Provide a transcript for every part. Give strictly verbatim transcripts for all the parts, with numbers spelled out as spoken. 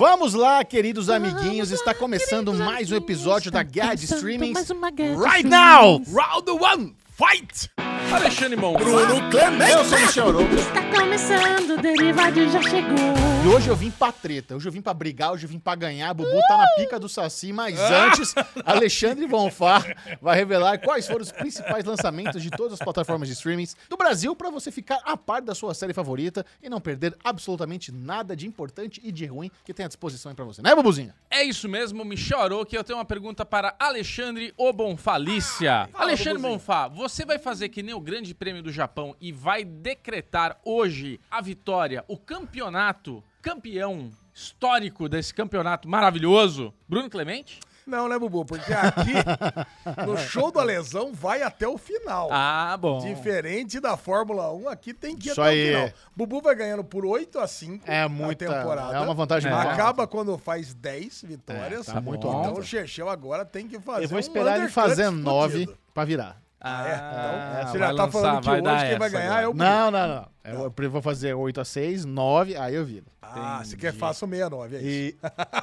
Vamos lá, queridos amiguinhos. Está começando mais um episódio da Guerra de Streamings. Right now! Round one, fight! Alexandre Mon, Bruno Clemente. Eu sou o Michel Arouca. Está começando, o Derivado já chegou. E hoje eu vim pra treta, hoje eu vim pra brigar, hoje eu vim pra ganhar. A Bubu tá na pica do Saci, mas antes, Alexandre Bonfá vai revelar quais foram os principais lançamentos de todas as plataformas de streamings do Brasil pra você ficar a par da sua série favorita e não perder absolutamente nada de importante e de ruim que tem à disposição aí pra você, né, Bubuzinha? é isso mesmo, Michel Arouca. Eu tenho uma pergunta para Alexandre O Bonfalícia. Fala, Alexandre Bubuzinho. Bonfá, você vai fazer que nem o Grande Prêmio do Japão e vai decretar hoje a vitória, o campeonato, campeão histórico desse campeonato maravilhoso, Bruno Clemente? Não, né, Bubu? Porque aqui, no show do Alesão, vai até o final. Ah, bom. Diferente da Fórmula um, aqui tem que ir Isso até aí. o final. Bubu vai ganhando por oito a cinco É na muita, temporada. é uma vantagem É. muito alta. Acaba quando faz dez vitórias. É, tá muito então alto. o Chechel agora tem que fazer Eu vou um esperar ele undercut fazer explodido. nove pra virar. Ah, é? Então, você vai já tá lançar, falando que vai dar hoje quem vai essa ganhar agora. é o Bubu. Não, não, não. Eu eu vou fazer oito a seis, nove, aí eu viro. Ah, você quer faça o sessenta e nove, é isso. E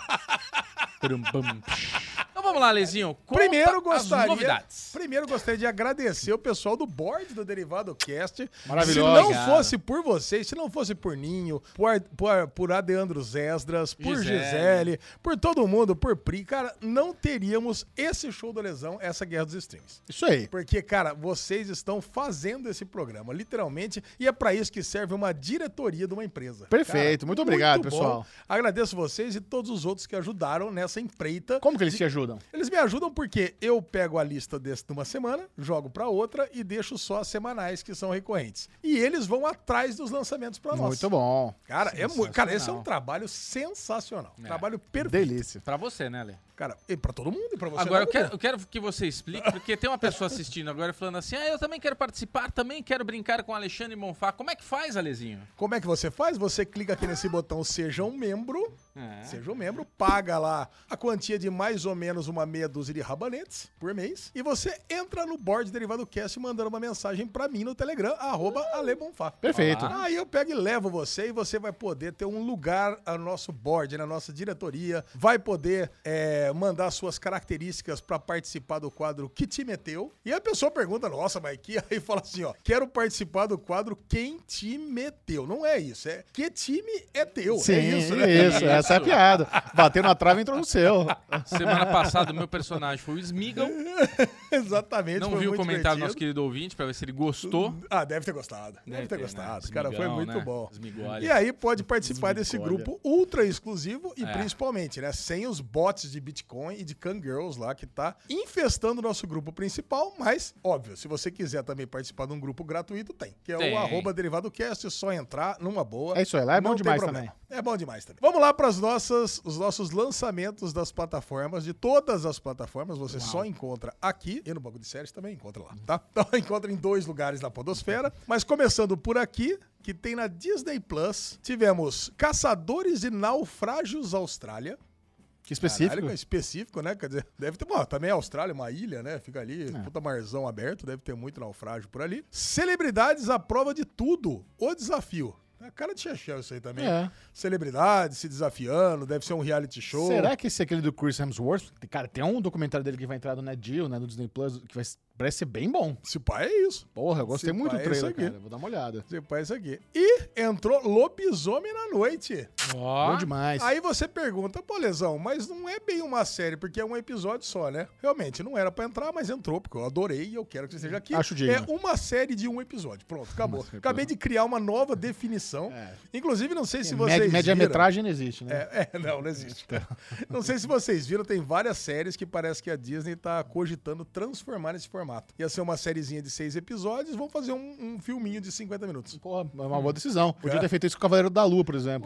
Brum, bum. Então vamos lá, Lezinho. Conta Primeiro as gostaria, novidades. primeiro gostaria de agradecer o pessoal do board do Derivado Cast. Maravilhoso. Se não Obrigado. fosse por vocês, se não fosse por Ninho, por, por, por Adeandros Esdras, por Gisele. Gisele, por todo mundo, por Pri, cara, não teríamos esse show do Lesão, essa Guerra dos Streams. isso aí. Porque, cara, vocês estão fazendo esse programa, literalmente, e é pra isso que serve uma diretoria de uma empresa. Perfeito, muito obrigado, bom. pessoal. Agradeço vocês e todos os outros que ajudaram nessa empreita. Como que eles te ajudam? Eles me ajudam porque eu pego a lista desse de uma semana, jogo pra outra e deixo só as semanais que são recorrentes. E eles vão atrás dos lançamentos pra nós. Muito bom. Cara, é mu- cara, esse é um Sensacional. trabalho sensacional. É. Trabalho perfeito. Delícia. Pra você, né, Ale? Cara, e pra todo mundo e pra você. Agora, eu não, quero, Bubu. eu quero que você explique, porque tem uma pessoa assistindo agora falando assim, ah, eu também quero participar, também quero brincar com o Alexandre Bonfá. Como é que faz, Alezinho? Como é que você faz? Você clica aqui nesse botão Seja um Membro. É. Seja um membro, paga lá a quantia de mais ou menos uma meia dúzia de rabanetes por mês. E você entra no board Derivado Cast mandando uma mensagem pra mim no Telegram, arroba alebonfá. Perfeito. Olá. Aí eu pego e levo você e você vai poder ter um lugar no nosso board, na nossa diretoria. Vai poder é, mandar suas características pra participar do quadro Que Te Meteu. E a pessoa pergunta, nossa, mas que? Aí fala assim, ó, quero participar do quadro Quem Te Meteu. Não é isso, é Que Time é Teu. Sim, é isso, né? isso, essa é a piada. Bateu na trave e entrou no seu. Semana passada, o meu personagem foi o Smeagol. Exatamente. Não foi viu o muito comentário do nosso divertido. querido ouvinte pra ver se ele gostou. Ah, deve ter gostado. Deve, Deve ter, ter, gostado. né? Cara, foi Esmigão, muito né? bom. Esmigolha. E aí pode participar desse Esmigolha. grupo ultra exclusivo e É. principalmente, né, sem os bots de Bitcoin e de Kangirls lá que tá infestando o nosso grupo principal, mas, óbvio, se você quiser também participar de um grupo gratuito, tem. Que é Tem. o arroba DerivadoCast, é só entrar numa boa. É isso aí, lá é bom Não tem demais problema. É bom demais também. Vamos lá para os nossos lançamentos das plataformas, de todas as plataformas, você só encontra aqui e no Banco de Séries também encontra lá, tá? Então encontra em dois lugares na podosfera, mas começando por aqui, que tem na Disney Plus, tivemos Caçadores de Naufrágios Austrália. Que específico. Caralho, específico, né? Quer dizer, deve ter, bom, também a Austrália, uma ilha, né? Fica ali, puta marzão aberto, deve ter muito naufrágio por ali. Celebridades à prova de tudo, o desafio. É cara de Chechel isso aí também. É. Celebridades se desafiando, deve ser um reality show. Será que esse é aquele do Chris Hemsworth? Cara, tem um documentário dele que vai entrar no Net Geo, né, do Disney Plus, que vai, parece ser bem bom. Se pá, é isso. Porra, eu gostei Se muito pá, do é isso trailer, aqui. cara. Vou dar uma olhada. Se pá, é isso aqui. E entrou Lobisomem na Noite. Ó, Bom demais. Aí você pergunta, pô, Lesão, mas não é bem uma série, porque é um episódio só, né? Realmente, não era pra entrar, mas entrou, porque eu adorei e eu quero que você esteja aqui. Acho digno. É uma série de um episódio. Pronto, acabou. Uma série de Acabei de criar uma nova definição. É. Inclusive, não sei se É, vocês média- viram... Média-metragem não existe, né? É, é, não, não existe. Não sei se vocês viram, tem várias séries que parece que a Disney tá cogitando transformar nesse formato. Ia ser uma sériezinha de seis episódios, vão fazer um, um filminho de cinquenta minutos. Porra, é uma boa decisão. Podia É. ter feito isso com o Cavaleiro da Lua, por exemplo.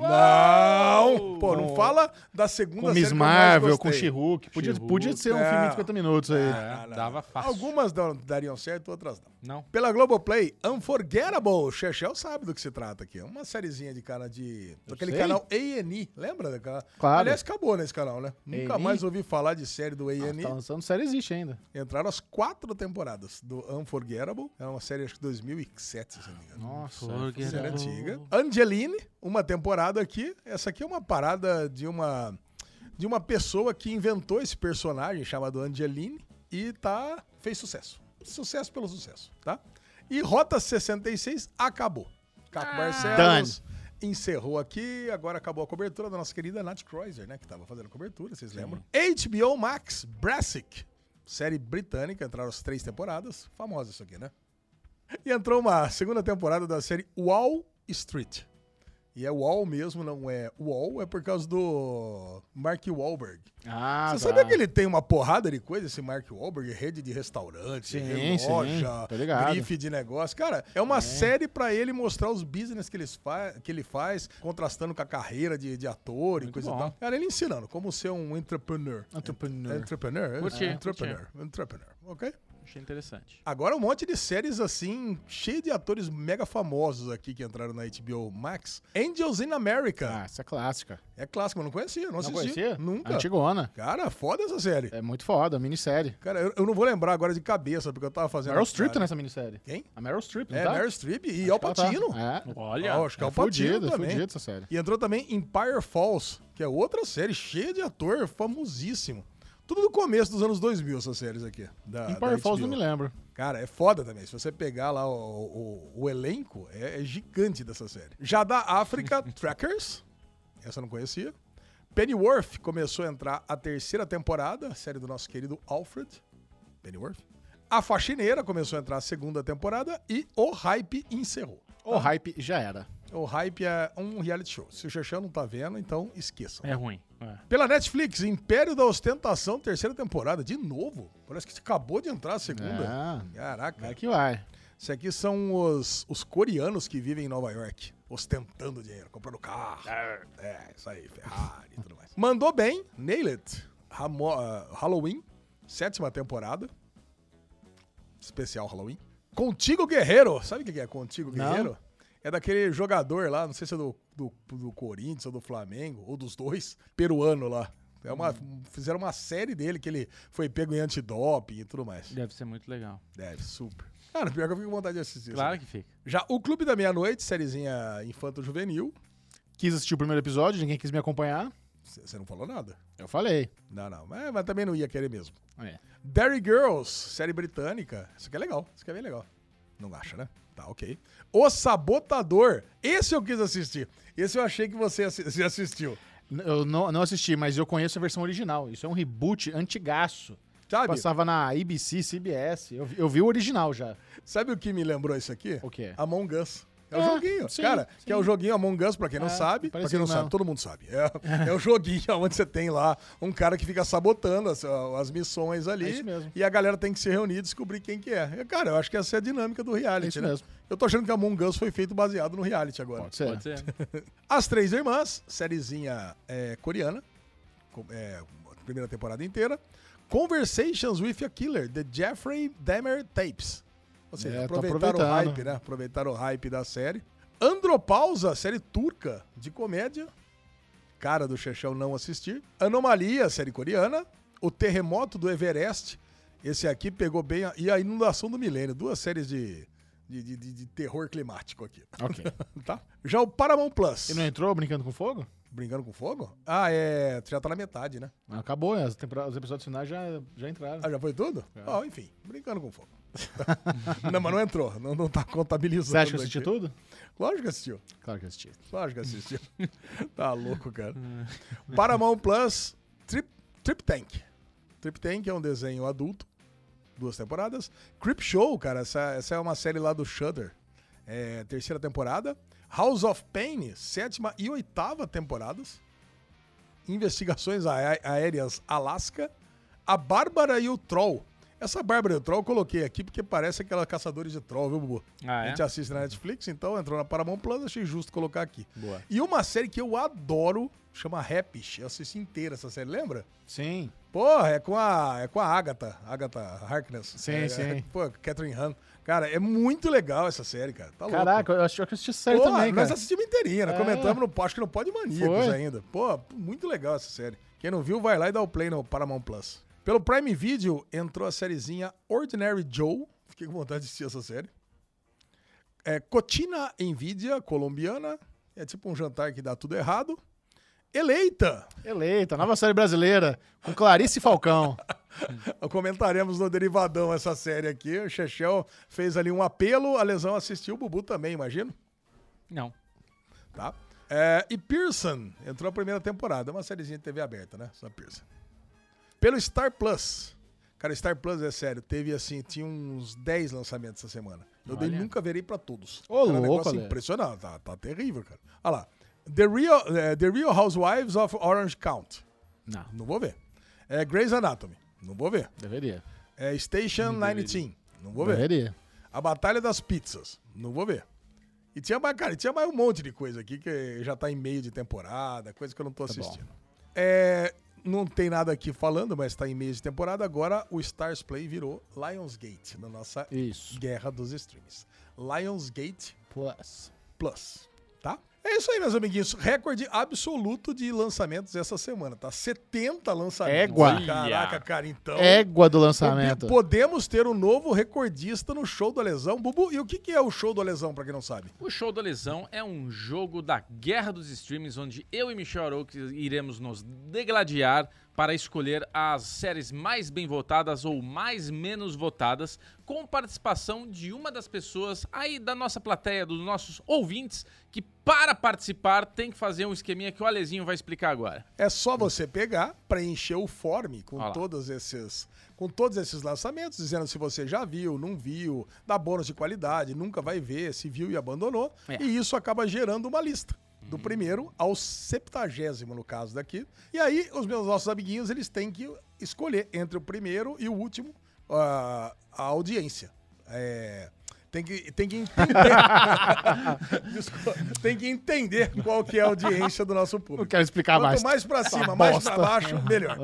Não! Pô, não Com- fala da segunda Com série Miss que eu mais Marvel, com gostei. She-Hulk. Podia, She-Hulk, podia ser um é. filme de cinquenta minutos aí. é, dava fácil. Algumas dão- dariam certo, outras não. Não. Pela Globoplay, Unforgettable. Chechel sabe do que se trata aqui. É uma sériezinha de cara de... Daquele sei. canal A and E. Lembra daquela? Claro. Aliás, acabou nesse canal, né? Nunca A and E? mais ouvi falar de série do A Ah, and E. tá lançando série, existe ainda. Entraram as quatro temporadas do Unforgettable. É uma série, acho que dois mil e sete, se não me engano. Nossa, Série antiga. Angeline, uma temporada aqui. Essa aqui é uma parada de uma, de uma pessoa que inventou esse personagem chamado Angeline e tá, fez sucesso. Sucesso pelo sucesso, tá? E Rota sessenta e seis acabou. Caco Ah, Barcelos encerrou aqui, agora acabou a cobertura da nossa querida Nath Kreuzer, né? Que tava fazendo a cobertura, vocês lembram? H B O Max, Brassic, série britânica, entraram as três temporadas. Famosa isso aqui, né? E entrou uma segunda temporada da série Wall Street. E é Wall mesmo, não é Wall, é por causa do Mark Wahlberg. Ah, Você tá. sabia que ele tem uma porrada de coisa, esse Mark Wahlberg? Rede de restaurante, Sim, loja, sim, tô ligado. grife de negócio. Cara, é uma série pra ele mostrar os business que ele, fa que ele faz, contrastando com a carreira de, de ator e Muito coisa bom. e tal. Cara, ele ensinando como ser um entrepreneur. Entrepreneur. Entrepreneur? Curti, É, entrepreneur. Entrepreneur, ok? Achei interessante. Agora um monte de séries assim, cheio de atores mega famosos aqui que entraram na H B O Max. Angels in America. Ah, essa é clássica. É clássico, eu não conhecia, não, Não assisti. conhecia? Nunca. Antigona. Cara, foda essa série. É muito foda, minissérie. Cara, eu, eu não vou lembrar agora de cabeça, porque eu tava fazendo... Meryl Streep tá cara. nessa minissérie. Quem? A Meryl Streep, não É, tá? Meryl Streep e Acho Al que ela tá. Pacino. É. Olha, Ah, acho que é É o Pacino fudido, é também. fudido essa série. E entrou também Empire Falls, que é outra série cheia de ator famosíssimo. Tudo no começo dos anos dois mil, essas séries aqui. Da, Empire da Falls H B O. não me lembro. Cara, é foda também. Se você pegar lá o, o, o elenco, é, é gigante dessa série. Já da África, Trackers. Essa eu não conhecia. Pennyworth começou a entrar a terceira temporada, a série do nosso querido Alfred. Pennyworth. A Faxineira começou a entrar a segunda temporada e o Hype encerrou. O hype já era. O Hype é um reality show. Se o Xexão não tá vendo, então esqueçam. É ruim. É. Pela Netflix, Império da Ostentação, terceira temporada. De novo. Parece que acabou de entrar a segunda. É. Caraca. Vai que vai. Isso aqui são os, os coreanos que vivem em Nova York, ostentando dinheiro, comprando carro. É, isso aí, Ferrari e tudo mais. Mandou bem, Nail It, Hamo, uh, Halloween, sétima temporada. Especial Halloween. Contigo Guerreiro. Sabe o que é Contigo Não. Guerreiro? É daquele jogador lá, não sei se é do, do, do Corinthians ou do Flamengo, ou dos dois, peruano lá. É uma, fizeram uma série dele que ele foi pego em antidoping e tudo mais. Deve ser muito legal. Deve, super. Cara, pior que eu fico com vontade de assistir. Claro sabe? que fica. Já o Clube da Meia-Noite, sériezinha infanto-juvenil. Quis assistir o primeiro episódio, ninguém quis me acompanhar. Você não falou nada? Eu falei. Não, não. Mas, mas também não ia querer mesmo. É. Derry Girls, série britânica. Isso aqui é legal. Isso aqui é bem legal. Não acha, né? Tá, ok. O Sabotador. Esse eu quis assistir. Esse eu achei que você assi- você assistiu. N- Eu não, não assisti, mas eu conheço a versão original. Isso é um reboot antigaço. Sabe? Passava na A B C, C B S. Eu, vi- eu vi o original já. Sabe o que me lembrou isso aqui? O quê? Among Us. É o É, joguinho. sim, Cara, sim. que é o joguinho Among Us, pra quem não É, sabe. Pra quem parecido não sabe, mesmo. todo mundo sabe. É, é o joguinho onde você tem lá um cara que fica sabotando as, as missões ali. É isso mesmo. E a galera tem que se reunir e descobrir quem que é. E, cara, eu acho que essa é a dinâmica do reality, É isso né? mesmo. Eu tô achando que Among Us foi feito baseado no reality agora. Pode ser. Pode ser. As Três Irmãs, sériezinha é, coreana. com- É, primeira temporada inteira. Conversations with a Killer, The Jeffrey Dahmer Tapes. Ou seja, É, tô aproveitaram o aproveitando. hype, né? Aproveitaram o hype da série. Andropausa, série turca de comédia. Cara do Chechão não assistir. Anomalia, série coreana. O Terremoto do Everest. Esse aqui pegou bem. A, e a Inundação do Milênio. Duas séries de, de, de, de- de terror climático aqui. Ok. Tá? Já o Paramount Plus. E não entrou Brincando com Fogo? Brincando com fogo? Ah, é. Já tá na metade, né? Acabou, as tempora- os episódios finais já, já entraram. Ah, já foi tudo? Já. Ah, enfim, brincando com fogo. Não, mas não entrou. Não, não tá contabilizando. Você acha que eu assisti aqui. tudo? Lógico que assistiu. Claro que eu assisti. Lógico que assistiu. Tá louco, cara. Paramount Plus, Trip, Trip Tank. Trip Tank é um desenho adulto. Duas temporadas. Creep Show, cara. Essa, essa é uma série lá do Shudder. É, terceira temporada. House of Pain, sétima e oitava temporadas. Investigações aé- aéreas Alaska. A Bárbara e o Troll. Essa Bárbara e o Troll eu coloquei aqui porque parece aquela Caçadores de Troll, viu, Bubu? Ah, A é? gente assiste na Netflix, então entrou na Paramount Plus, achei justo colocar aqui. Boa. E uma série que eu adoro, chama Rapish. Eu assisti inteira essa série, lembra? Sim. Porra, é com a, é com a Agatha, Agatha Harkness. Sim, é, sim. É, pô, Catherine Hahn. Cara, é muito legal essa série, cara. Tá louco. Caraca, eu acho que eu assisti série Pô, também, nós cara. assistimos inteirinha, né? É. Comentamos no acho que não pode maníacos Foi. ainda. Pô, muito legal essa série. Quem não viu, vai lá e dá o play no Paramount Plus. Pelo Prime Video entrou a sériezinha Ordinary Joe. Fiquei com vontade de assistir essa série. É, Cotina Nvidia, colombiana. É tipo um jantar que dá tudo errado. Eleita. Eleita, nova série brasileira, com Clarice Falcão. Comentaremos no Derivadão essa série aqui. O Chechel fez ali um apelo, a Lesão assistiu, o Bubu também, imagino. Não. Tá. É, e Pearson entrou na primeira temporada. É uma sériezinha de T V aberta, né? Só Pearson. Pelo Star Plus. Cara, Star Plus é sério. Teve assim, tinha uns dez lançamentos essa semana. Eu dei, nunca verei pra todos. Ô, Era um louco, negócio Ale. impressionante. Tá, tá terrível, cara. Olha lá. The Real, eh, The Real Housewives of Orange County. Não, Não vou ver. É Grey's Anatomy. Não vou ver. deveria. É Station dezenove. Não vou ver. Deveria. A Batalha das Pizzas. Não vou ver. E tinha mais, cara, tinha mais um monte de coisa aqui que já tá em meio de temporada, coisa que eu não tô assistindo. É, não tem nada aqui falando, mas tá em meio de temporada. Agora o Stars Play virou Lionsgate na nossa Isso. guerra dos streams. Lionsgate Plus. Plus, tá? É isso aí, meus amiguinhos. Recorde absoluto de lançamentos essa semana, tá? setenta lançamentos. Égua. Caraca, cara, então... Égua do lançamento. Podemos ter um novo recordista no Show do Lesão. Bubu, e o que que é o Show do Lesão, pra quem não sabe? O Show da Lesão é um jogo da Guerra dos Streams, onde eu e Michel Arouca iremos nos degladiar para escolher as séries mais bem votadas ou mais menos votadas, com participação de uma das pessoas aí da nossa plateia, dos nossos ouvintes, que para participar tem que fazer um esqueminha que o Alezinho vai explicar agora. É só você pegar, preencher o form com Olha lá. todos esses, com todos esses lançamentos, dizendo se você já viu, não viu, dá bônus de qualidade, nunca vai ver, se viu e abandonou. É. E isso acaba gerando uma lista. Do primeiro ao septagésimo, no caso daqui. E aí, os meus nossos amiguinhos, eles têm que escolher entre o primeiro e o último uh, a audiência. É, tem, que, tem que entender. Desculpa, tem que entender qual que é a audiência do nosso Não público. quero explicar Quanto mais. mais pra cima, Essa mais bosta. pra baixo, melhor.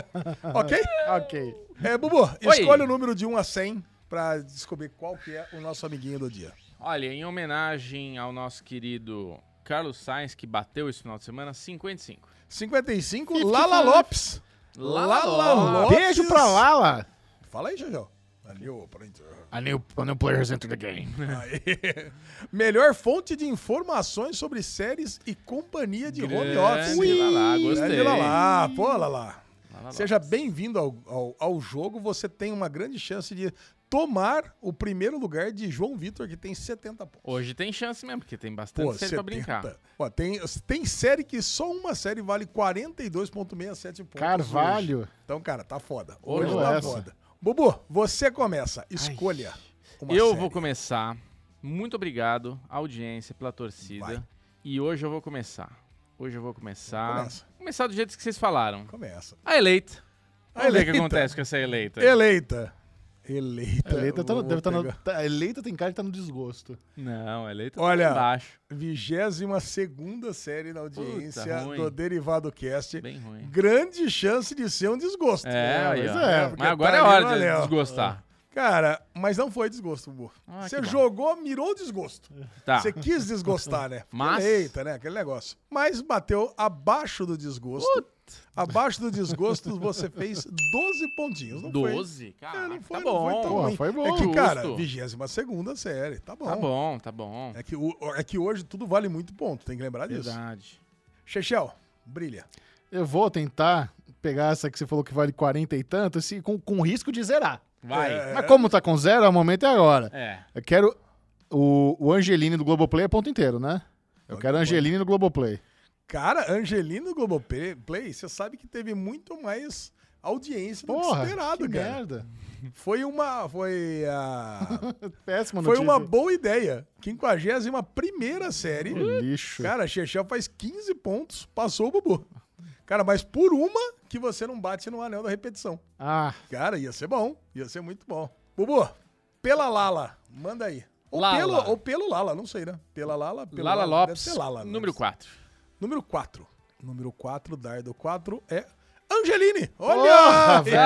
Ok? Ok. É, Bubu, Oi. escolhe o número de um a cem pra descobrir qual que é o nosso amiguinho do dia. Olha, em homenagem ao nosso querido Carlos Sainz, que bateu esse final de semana, cinquenta e cinco. cinquenta e cinco, cinquenta e Lala cinco. Lopes. Lala Lopes. Beijo pra Lala. Fala aí, Jajão. Ali, ô, pra gente. A new, a new players enter the game. Aí. Melhor fonte de informações sobre séries e companhia de home Grande office. Lala, gostei. Grande Lala. Pô, Lala. Lala Seja bem-vindo ao, ao, ao jogo. Você tem uma grande chance de tomar o primeiro lugar de João Vitor, que tem setenta pontos. Hoje tem chance mesmo, porque tem bastante Pô, série pra brincar. Ó, tem, tem série que só uma série vale quarenta e dois vírgula sessenta e sete pontos. Carvalho. hoje. Então, cara, tá foda. Hoje Olha tá essa. foda. Bubu, você começa. Escolha uma Eu série. vou começar. Muito obrigado, audiência, pela torcida. Vai. E hoje eu vou começar. Hoje eu vou começar. Começa. Começar do jeito que vocês falaram. Começa. A eleita. A Vamos ver o que eleita. acontece com essa eleita. Eleita. Eleita. Eleita, tá no, Vou deve tá no, pegar. tá- eleita tem cara que tá no desgosto. Não, a eleita Olha, tá lá embaixo. vigésima segunda série na audiência ruim. do Derivado Cast. Bem ruim. Grande chance de ser um desgosto. É, aí, mas ó. é, porque Mas agora tá é ali hora no de anel. desgostar. Cara, mas não foi desgosto, Bubu. Ah, Você que bom. jogou, mirou o desgosto. Tá. Você quis desgostar, né? Mas- Eita, né? Aquele negócio. Mas bateu abaixo do desgosto. Abaixo do desgosto, você fez doze pontinhos. Não foi? doze? É, Cara, não foi, tá não bom. foi tão Pô, ruim. foi bom. É que, cara, Justo. vigésima segunda série. Tá bom. Tá bom, tá bom. É que, o- é que hoje tudo vale muito ponto. Tem que lembrar disso. Verdade. Chechel, brilha. Eu vou tentar pegar essa que você falou que vale quarenta e tanto, assim, com, com risco de zerar. Vai. É. Mas como tá com zero, o momento é agora. É. Eu quero o, o Angelini do Globoplay é ponto inteiro, né? Eu Pode, quero pode. Angelini no Globoplay. Cara, Angelina Globoplay, Play, você sabe que teve muito mais audiência do Porra, que esperado, que cara. merda. Foi uma. Foi a. Péssima Foi notícia. uma boa ideia. quinquagésima primeira série. Que lixo. Cara, Chechel faz quinze pontos, passou o Bubu. Cara, mas por uma que você não bate no anel da repetição. Ah, Cara, ia ser bom. Ia ser muito bom. Bubu, pela Lala, manda aí. Ou, Lala. Pelo, ou pelo Lala, não sei, né? Pela Lala, pelo Lala Deve Lopes, ser Lala, né? número quatro. Número quatro. Número quatro, Dardo quatro é Angeline. Olha! Porra, velho.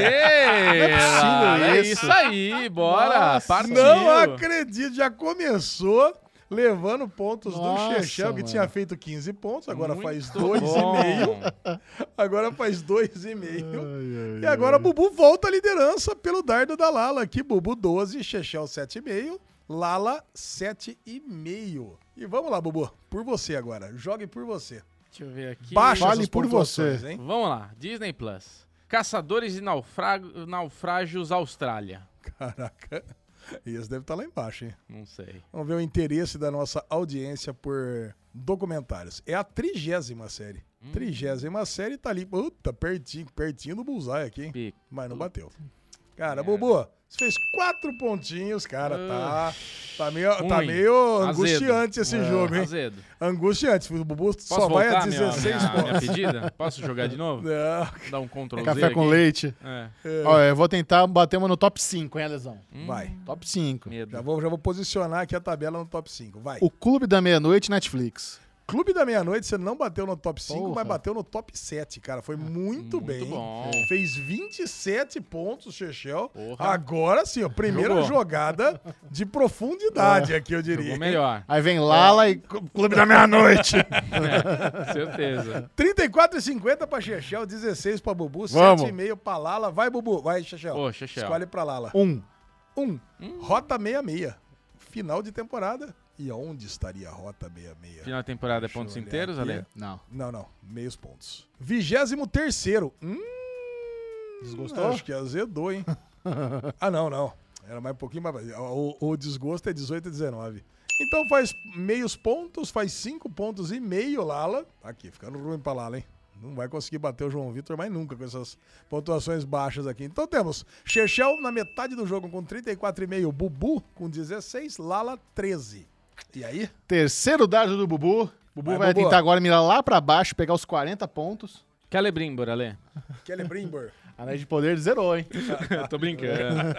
Aê! Não é possível Lala, é isso. isso aí, bora. Nossa, Partiu. Não acredito, já começou levando pontos Nossa, do Chechel, que mano. tinha feito quinze pontos, agora Muito faz dois e bom. meio. Agora faz dois e meio. E agora Bubu volta à liderança pelo dardo da Lala aqui. Bubu doze, Chechel sete e meio, Lala sete e meio. E vamos lá, Bubu, por você agora. Jogue por você. Deixa eu ver aqui. Baixa Fale essas por pontuações, você. hein? Vamos lá, Disney Plus. Caçadores de naufrago- naufrágios Austrália. Caraca, esse deve estar lá embaixo, hein? Não sei. Vamos ver o interesse da nossa audiência por documentários. É a trigésima série. Hum. Trigésima série tá ali, puta, pertinho, pertinho do bullseye aqui, hein? Pico. Mas não bateu. Cara, Merda. Bubu, você fez quatro pontinhos, cara, tá, tá meio, tá Ruim. meio Azedo. angustiante esse É. jogo, hein? Azedo. Angustiante, o Bubu Posso só vai a voltar minha, dezesseis minha, minha pontos. pedida? Posso jogar de novo? Não, Dar um Ctrl Z Café com aqui? leite. É. Ó, eu vou tentar bater uma no top cinco, hein, Alesão? Hum, vai. Top cinco. Medo. Já vou, já vou posicionar aqui a tabela no top cinco, vai. O Clube da Meia-Noite, Netflix. Clube da Meia-Noite, você não bateu no top cinco, Porra. mas bateu no top sete, cara. Foi muito, Muito bem. bom. Fez vinte e sete pontos, Chechel. Porra. Agora sim, ó, primeira Jogou. jogada de profundidade aqui, eu diria. Jogou melhor. Aí vem Lala e Clube da Meia-Noite. Certeza. trinta e quatro e cinquenta pra Chechel, dezesseis pra Bubu, Vamos. sete e meio pra Lala. Vai, Bubu. Vai, Chechel. Ô, Chechel. Escolhe pra Lala. um. Um. Rota sessenta e seis. Final de temporada. E onde estaria a Rota sessenta e seis? Final da temporada é Deixa eu pontos olhar inteiros, aqui. Ale? Não. Não, não. Meios pontos. Vigésimo terceiro. Hum, Desgostou? Acho que azedou, hein? Ah, não, não. Era mais um pouquinho mais... O, o desgosto é dezoito e dezenove. Então faz meios pontos, faz cinco pontos e meio, Lala. Aqui, ficando ruim pra Lala, hein? Não vai conseguir bater o João Vitor mais nunca com essas pontuações baixas aqui. Então temos Chechel na metade do jogo com trinta e quatro e meio, Bubu com dezesseis, Lala treze. E aí? Terceiro dardo do Bubu. Bubu Vai, vai, Bubu. tentar agora mirar lá pra baixo, pegar os quarenta pontos. Celebrimbor, Ale. Kelly Brimbor. Anéis de Poder zerou, hein? Tô brincando.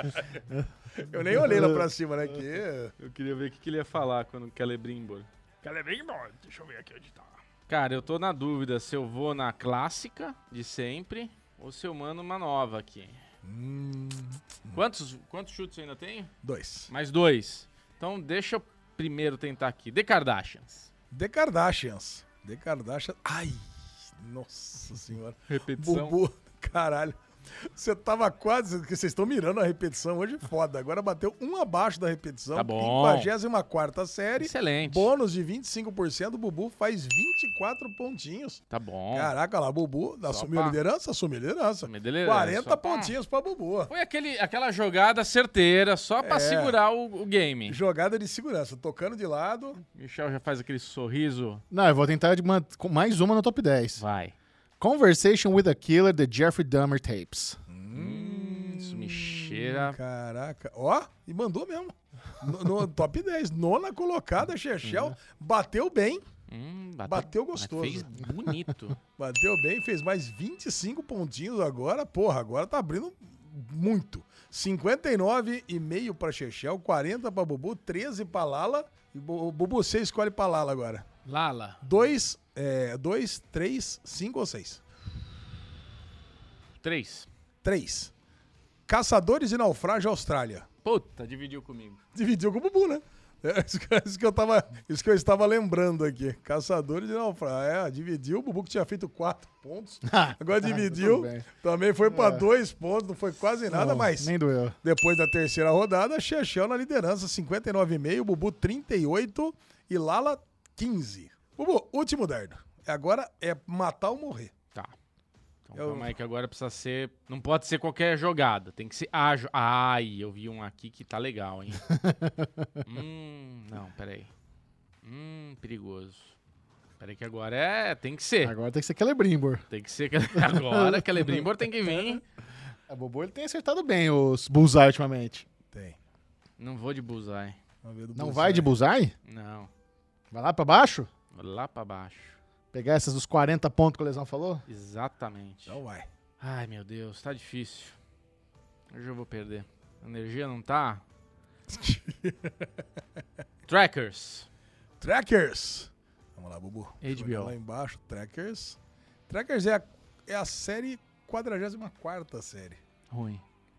Eu nem olhei lá pra cima, né? Que... Eu queria ver o que, que ele ia falar quando Celebrimbor. Celebrimbor, deixa eu ver aqui onde tá. Cara, eu tô na dúvida se eu vou na clássica de sempre ou se eu mando uma nova aqui. Hum, Quantos, quantos chutes eu ainda tenho? dois. Mais dois. Então deixa eu primeiro tentar aqui. The Kardashians. The Kardashians. The Kardashians. Ai, nossa senhora. Repetição. Bubu, caralho. Você tava quase. Porque vocês estão mirando a repetição hoje, foda. Agora bateu um abaixo da repetição. Tá bom. quinquagésima quarta série. Excelente. Bônus de vinte e cinco por cento. Bubu faz vinte e quatro pontinhos. Tá bom. Caraca, lá, Bubu assumiu a pra- liderança? Assumiu a liderança. Assumiu a liderança, quarenta só pra- pontinhos pra Bubu. Foi aquele, aquela jogada certeira só pra É. segurar o, o game. Jogada de segurança. Tocando de lado. Michel já faz aquele sorriso. Não, eu vou tentar de uma- com mais uma no top dez. Vai. Conversation with a Killer, The Jeffrey Dahmer Tapes. Hum, isso me cheira. Caraca. Ó, e mandou mesmo. No, no top dez. Nona colocada, Chechel. Bateu bem. Hum, Bateu mas gostoso. Fez bonito. Bateu bem, fez mais vinte e cinco pontinhos agora. Porra, agora tá abrindo muito. cinquenta e nove e meio pra Chechel, quarenta pra Bubu, treze pra Lala. E Bu- Bubu, você escolhe pra Lala agora. Lala. dois, é, dois, três, cinco ou seis? Três. três. Caçadores de Naufrágio Austrália. Puta, dividiu comigo. Dividiu com o Bubu, né? É isso que, isso que eu tava, isso que eu estava lembrando aqui. Caçadores de Naufrágio. É, dividiu. O Bubu que tinha feito quatro pontos. Agora dividiu. tudo bem. Também foi pra É. dois pontos. Não foi quase nada, Não, mas Nem doeu. depois da terceira rodada, Chechel na liderança, cinquenta e nove e meio, Bubu trinta e oito e Lala quinze. Bubu, último dardo. Agora é matar ou morrer. Tá. Então Eu- calma aí que agora precisa ser... Não pode ser qualquer jogada. Tem que ser a jo... Ai, eu vi um aqui que tá legal, hein? hum, não, peraí. Hum, perigoso. Peraí que agora é... Tem que ser. Agora tem que ser Celebrimbor. Tem que ser... Agora, Celebrimbor tem que vir. A Bobo ele tem acertado bem os Bullseye ultimamente. Tem. Não vou de Bullseye. Vamos ver do Não Bullseye. vai de Bullseye? Não. Vai lá pra baixo? Vou lá pra baixo. Pegar essas dos quarenta pontos que o Lesão falou? Exatamente. Então vai. Ai, meu Deus, tá difícil. Hoje eu vou perder. A energia não tá? Trackers. Trackers. Vamos lá, Bubu. H B O. Jogar lá embaixo, Trackers. Trackers é a, é a série quadragésima quarta série. Ruim.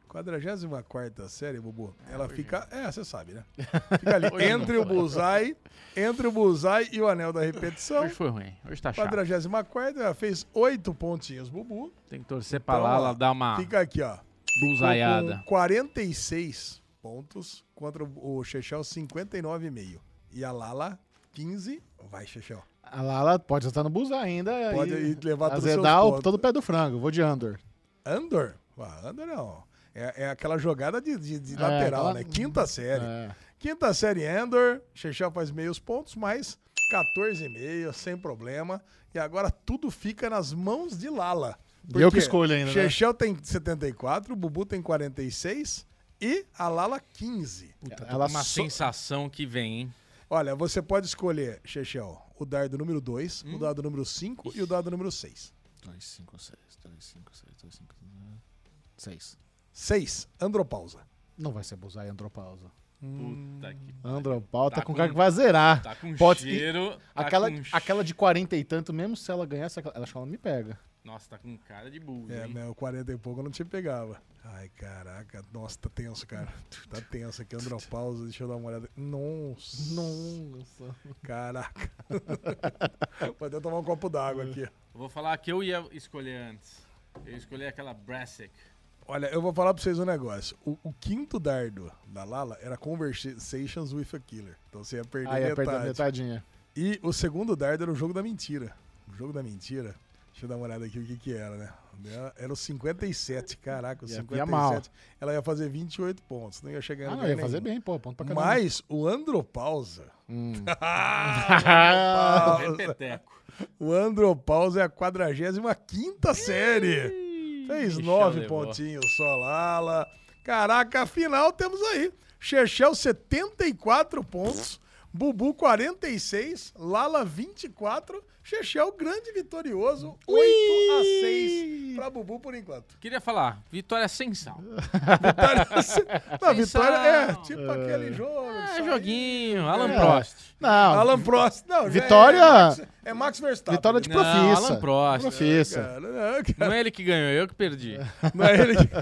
quadragésima quarta série, Bubu, ela fica... É, você sabe, né? Fica ali Hoje entre não o foi. bullseye, entre o bullseye e o anel da repetição. Hoje foi ruim. Hoje tá chato. quadragésima quarta, ela fez oito pontinhos, Bubu. Tem que torcer pra Então, lá, ó, ela dar uma Fica aqui, ó. bullsaiada. Com quarenta e seis pontos contra o Chechel cinquenta e nove vírgula cinco. E a Lala, quinze. Vai, Chechel. A Lala pode estar no bullseye ainda. Pode e ir levar todos os seus azedar o, pontos. todo o pé do frango. Vou de Andor. Andor? Ah, Andor não. É, é aquela jogada de, de- de É, lateral, aquela- né? Quinta série. É. Quinta série Andor. Chechel faz meios pontos, mas quatorze vírgula cinco, sem problema. E agora tudo fica nas mãos de Lala. E eu que escolho ainda, né? Chechel tem setenta e quatro, o Bubu tem quarenta e seis e a Lala quinze. Puta, ela uma só- sensação que vem, hein? Olha, você pode escolher, Chechel, o dardo número dois, Hum? o dado número cinco e o dado número seis. dois, cinco, seis, dois, cinco, seis, dois, cinco, seis. seis, andropausa. Não vai ser bullseye andropausa. Puta que... Andropausa tá, Tá com com- cara que vai zerar. Tá com Pode- cheiro... tá Aquela, com... aquela de quarenta e tanto, mesmo se ela ganhasse, ela acho que ela me pega. Nossa, tá com cara de burro, É, hein? né, o quarenta e pouco eu não te pegava. Ai, caraca. Nossa, tá tenso, cara. Tá tenso aqui, andropausa. Deixa eu dar uma olhada. Nossa. Nossa. Caraca. Vou até tomar um copo d'água aqui. Eu vou falar que eu ia escolher antes. Eu ia escolher aquela Brassic. Olha, eu vou falar pra vocês um negócio. O, o quinto dardo da Lala era Conversations with a Killer. Então você ia perder Aí ia metade. perder a metadinha. E o segundo dardo era o jogo da mentira. O jogo da mentira. Deixa eu dar uma olhada aqui o que que era, né? Era o cinquenta e sete. Caraca, o Ia- ia cinquenta e mal. sete. Ela ia fazer vinte e oito pontos. Não ia chegar em Ah, não, lugar ia nenhum. fazer bem, pô. Ponto pra caramba. Mas o andropausa. Hum. Ah, Repeteco. o andropausa é a quadragésima quinta série. Fez Chechel nove levou. pontinhos só, Lala. Caraca, afinal temos aí. Chechel setenta e quatro pontos. Bubu quarenta e seis. Lala vinte e quatro. Chechel grande vitorioso. oito a seis pra Bubu por enquanto. Queria falar, vitória sem sal. Vitória, não, Sem vitória é sal. tipo aquele jogo. É, isso aí. joguinho, Alan É. Prost. Não, Alan Prost. Não, já Vitória- É Max, é Max Verstappen. vitória de Não, profissa. Alan Prost. Profissa. Cara, não, cara. Não é ele que ganhou, eu que perdi. Não é ele que...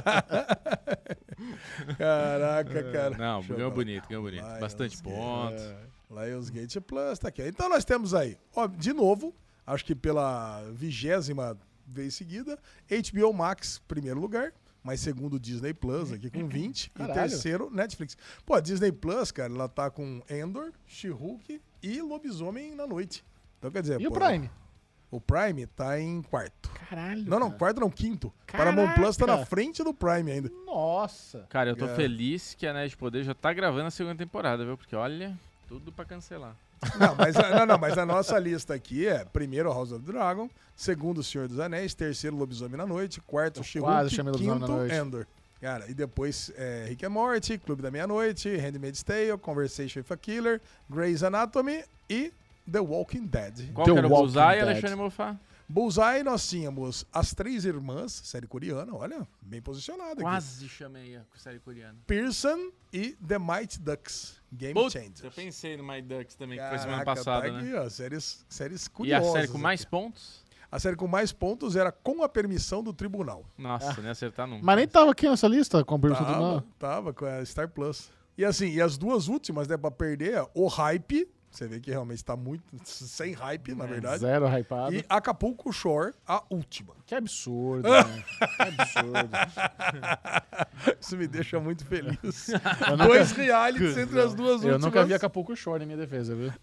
Caraca, cara. Não, Deixa eu ganhou falar. bonito, ganhou bonito. Bastante Lionsgate. pontos. Lionsgate Plus tá aqui. Então nós temos aí, ó, de novo, acho que pela vigésima vez seguida, H B O Max, primeiro lugar, mas segundo Disney Plus aqui com vinte, e Caralho. terceiro Netflix. Pô, a Disney Plus, cara, ela tá com Endor, She-Hulk e Lobisomem na noite. Então quer dizer, E o pô, Prime? O Prime tá em quarto. Caralho. Não, não, quarto não, quinto. Paramount Plus tá na Caraca. frente do Prime ainda. Nossa. Cara, eu tô É. feliz que a Anéis de Poder já tá gravando a segunda temporada, viu? Porque olha, tudo pra cancelar. Não, mas a, não, não, mas a nossa lista aqui é primeiro House of the Dragon, segundo Senhor dos Anéis, terceiro Lobisomem na Noite, quarto Eu She-Hulk, quase chamei Lobisomem quinto na Noite. Endor. Cara, e depois é, Rick and Morty, Clube da Meia-Noite, Handmaid's Tale, Conversation with a Killer, Grey's Anatomy e The Walking Dead. Qual The que era o Walking Bullseye, Dead. Alexandre Mofá? Bullseye nós tínhamos As Três Irmãs, série coreana, olha, bem posicionada aqui. Quase chamei a série coreana. Pearson e The Mighty Ducks, Game Putz, Changers. eu pensei no My Ducks também, que foi semana Caraca, passada, tá aqui, né? ó, séries, séries E a curiosas. série com mais aqui. pontos? A série com mais pontos era Com a Permissão do Tribunal. Nossa, nem acertar nunca. Mas nem tava aqui nessa lista com a pergunta do Tava, não. tava com a Star Plus. E assim, e as duas últimas, né, pra perder, é O Hype, você vê que realmente tá muito sem hype, na verdade. Zero hypado. E Acapulco Shore, a última. Que absurdo, né? Que absurdo. Isso me deixa muito feliz. Eu nunca, Dois realities entre as duas últimas. eu nunca vi Acapulco Shore em minha defesa, viu?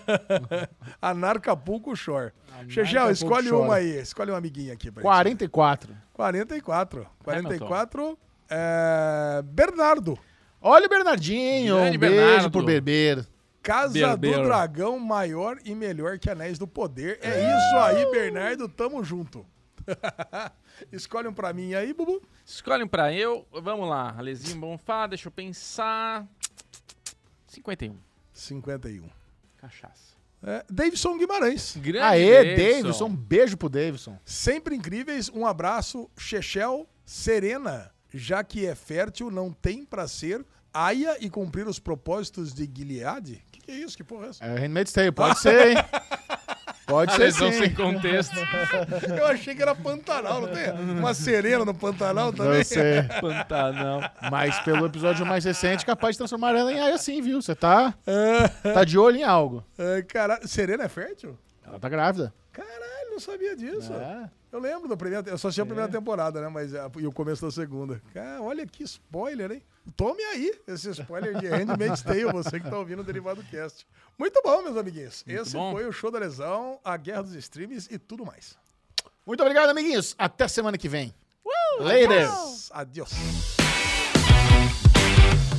Anarcapulco Shore. Chechel, Acapulco escolhe Shore. uma aí. Escolhe uma amiguinha aqui pra quarenta e quatro. gente. quarenta e quatro. quarenta e quatro. É... Bernardo. Olha o Bernardinho. Grande Um beijo Bernardo. por beber. Casa Berber. do Dragão, maior e melhor que Anéis do Poder. É isso aí, Bernardo. Tamo junto. Escolhe um pra mim aí, Bubu. Escolhe um pra eu. Vamos lá, Alezinho Bonfá, deixa eu pensar. cinquenta e um. cinquenta e um. Cachaça. É, Davidson Guimarães. Grande Aê, Davidson. Um beijo pro Davidson. Sempre incríveis. Um abraço. Chechel, Serena, já que é fértil, não tem pra ser aia e cumprir os propósitos de Gilead? Que que é isso? Que porra é essa? É, Handmaid's Tale, pode ser, hein? Pode A ser lesão sim. sem contexto. Eu achei que era Pantanal, não tem? Uma Serena no Pantanal também? Eu sei. Pantanal. Mas pelo episódio mais recente, capaz de transformar ela em Aya sim, viu? Você tá, É, tá de olho em algo. é, caralho, Serena é fértil? Ela tá grávida. Caralho, não sabia disso. É. Eu lembro da primeira, eu só assisti a primeira temporada, né? Mas é, e o começo da segunda. Cara, olha que spoiler, hein? Tome aí esse spoiler de Handmaid's Tale, você que tá ouvindo o Derivado Cast. Muito bom, meus amiguinhos. Muito Esse bom. foi o Show da Lesão, a Guerra dos Streams e tudo mais. Muito obrigado, amiguinhos. Até semana que vem. Later. Adiós.